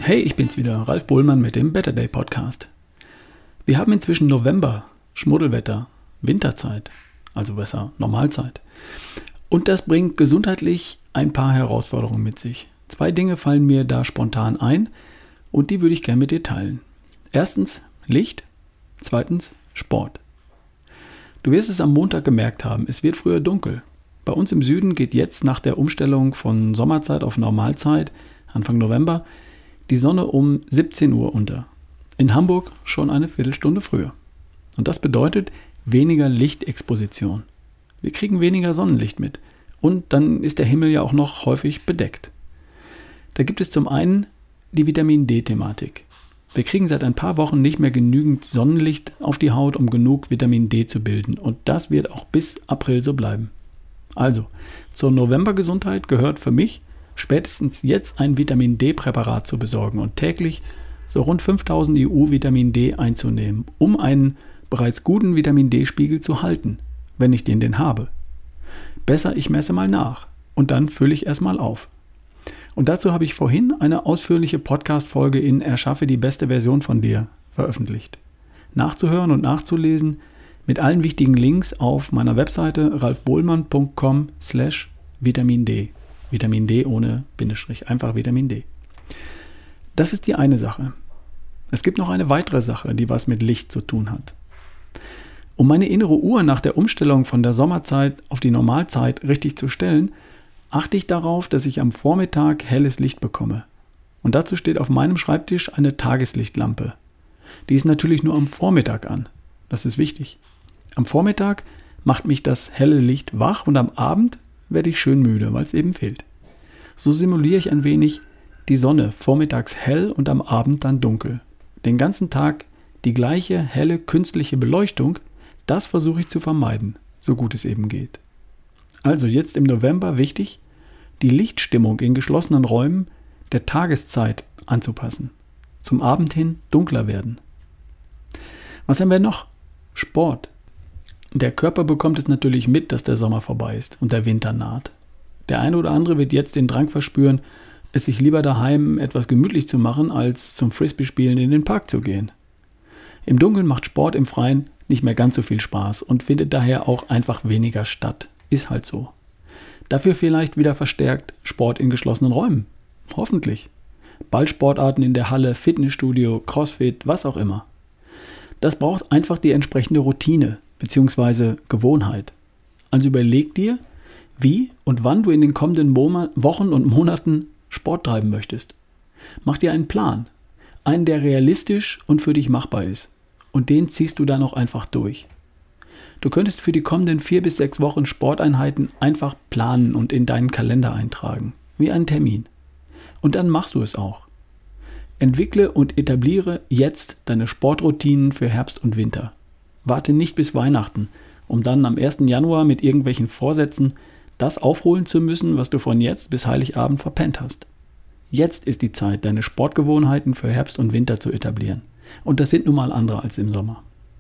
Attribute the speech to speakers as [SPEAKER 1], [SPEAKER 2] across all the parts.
[SPEAKER 1] Hey, ich bin's wieder, Ralf Bohlmann mit dem Better Day Podcast. Wir haben inzwischen November, Schmuddelwetter, Winterzeit, also besser Normalzeit. Und das bringt gesundheitlich ein paar Herausforderungen mit sich. 2 Dinge fallen mir da spontan ein und die würde ich gerne mit dir teilen. Erstens Licht, zweitens Sport. Du wirst es am Montag gemerkt haben, es wird früher dunkel. Bei uns im Süden geht jetzt nach der Umstellung von Sommerzeit auf Normalzeit, Anfang November, die Sonne um 17 Uhr unter. In Hamburg schon eine Viertelstunde früher. Und das bedeutet weniger Lichtexposition. Wir kriegen weniger Sonnenlicht mit. Und dann ist der Himmel ja auch noch häufig bedeckt. Da gibt es zum einen die Vitamin D-Thematik. Wir kriegen seit ein paar Wochen nicht mehr genügend Sonnenlicht auf die Haut, um genug Vitamin D zu bilden. Und das wird auch bis April so bleiben. Also, zur Novembergesundheit gehört für mich spätestens jetzt ein Vitamin D-Präparat zu besorgen und täglich so rund 5000 IU Vitamin D einzunehmen, um einen bereits guten Vitamin D-Spiegel zu halten, wenn ich den denn habe. Besser, ich messe mal nach und dann fülle ich erstmal auf. Und dazu habe ich vorhin eine ausführliche Podcast-Folge in Erschaffe die beste Version von dir veröffentlicht. Nachzuhören und nachzulesen mit allen wichtigen Links auf meiner Webseite ralfbohlmann.com/Vitamin D. Vitamin D ohne Bindestrich, einfach Vitamin D. Das ist die eine Sache. Es gibt noch eine weitere Sache, die was mit Licht zu tun hat. Um meine innere Uhr nach der Umstellung von der Sommerzeit auf die Normalzeit richtig zu stellen, achte ich darauf, dass ich am Vormittag helles Licht bekomme. Und dazu steht auf meinem Schreibtisch eine Tageslichtlampe. Die ist natürlich nur am Vormittag an. Das ist wichtig. Am Vormittag macht mich das helle Licht wach und am Abend werde ich schön müde, weil es eben fehlt. So simuliere ich ein wenig die Sonne vormittags hell und am Abend dann dunkel. Den ganzen Tag die gleiche helle künstliche Beleuchtung, das versuche ich zu vermeiden, so gut es eben geht. Also jetzt im November wichtig, die Lichtstimmung in geschlossenen Räumen der Tageszeit anzupassen. Zum Abend hin dunkler werden. Was haben wir noch? Sport. Der Körper bekommt es natürlich mit, dass der Sommer vorbei ist und der Winter naht. Der eine oder andere wird jetzt den Drang verspüren, es sich lieber daheim etwas gemütlich zu machen, als zum Frisbee-Spielen in den Park zu gehen. Im Dunkeln macht Sport im Freien nicht mehr ganz so viel Spaß und findet daher auch einfach weniger statt. Ist halt so. Dafür vielleicht wieder verstärkt Sport in geschlossenen Räumen. Hoffentlich. Ballsportarten in der Halle, Fitnessstudio, Crossfit, was auch immer. Das braucht einfach die entsprechende Routine bzw. Gewohnheit. Also überleg dir, wie und wann du in den kommenden Wochen und Monaten Sport treiben möchtest. Mach dir einen Plan. Einen, der realistisch und für dich machbar ist. Und den ziehst du dann auch einfach durch. Du könntest für die kommenden 4 bis 6 Wochen Sporteinheiten einfach planen und in deinen Kalender eintragen. Wie einen Termin. Und dann machst du es auch. Entwickle und etabliere jetzt deine Sportroutinen für Herbst und Winter. Warte nicht bis Weihnachten, um dann am 1. Januar mit irgendwelchen Vorsätzen das aufholen zu müssen, was du von jetzt bis Heiligabend verpennt hast. Jetzt ist die Zeit, deine Sportgewohnheiten für Herbst und Winter zu etablieren. Und das sind nun mal andere als im Sommer.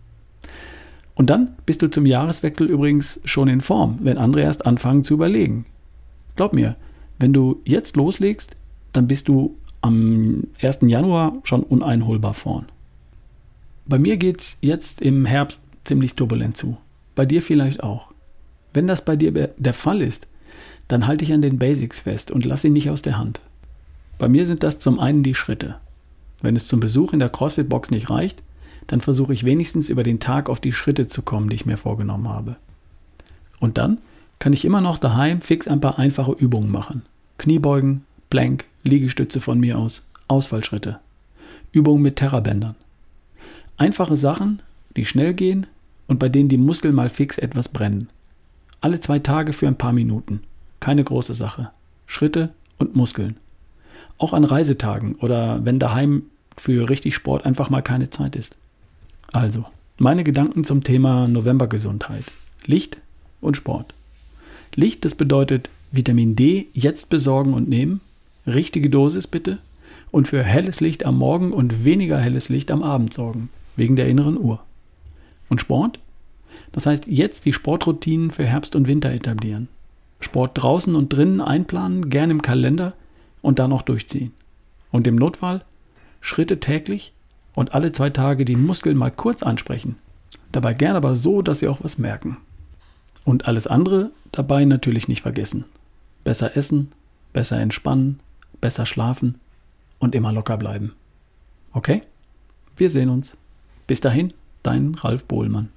[SPEAKER 1] Und dann bist du zum Jahreswechsel übrigens schon in Form, wenn andere erst anfangen zu überlegen. Glaub mir, wenn du jetzt loslegst, dann bist du am 1. Januar schon uneinholbar vorn. Bei mir geht's jetzt im Herbst ziemlich turbulent zu. Bei dir vielleicht auch. Wenn das bei dir der Fall ist, dann halte dich an den Basics fest und lass sie nicht aus der Hand. Bei mir sind das zum einen die Schritte. Wenn es zum Besuch in der CrossFit-Box nicht reicht, dann versuche ich wenigstens über den Tag auf die Schritte zu kommen, die ich mir vorgenommen habe. Und dann kann ich immer noch daheim fix ein paar einfache Übungen machen. Kniebeugen, Plank, Liegestütze von mir aus, Ausfallschritte. Übungen mit Terrabändern. Einfache Sachen, die schnell gehen und bei denen die Muskeln mal fix etwas brennen. Alle 2 Tage für ein paar Minuten. Keine große Sache. Schritte und Muskeln. Auch an Reisetagen oder wenn daheim für richtig Sport einfach mal keine Zeit ist. Also, meine Gedanken zum Thema Novembergesundheit. Licht und Sport. Licht, das bedeutet Vitamin D jetzt besorgen und nehmen. Richtige Dosis bitte. Und für helles Licht am Morgen und weniger helles Licht am Abend sorgen. Wegen der inneren Uhr. Und Sport? Das heißt, jetzt die Sportroutinen für Herbst und Winter etablieren. Sport draußen und drinnen einplanen, gern im Kalender und dann auch durchziehen. Und im Notfall Schritte täglich und alle 2 Tage die Muskeln mal kurz ansprechen. Dabei gern aber so, dass sie auch was merken. Und alles andere dabei natürlich nicht vergessen. Besser essen, besser entspannen, besser schlafen und immer locker bleiben. Okay? Wir sehen uns. Bis dahin, dein Ralf Bohlmann.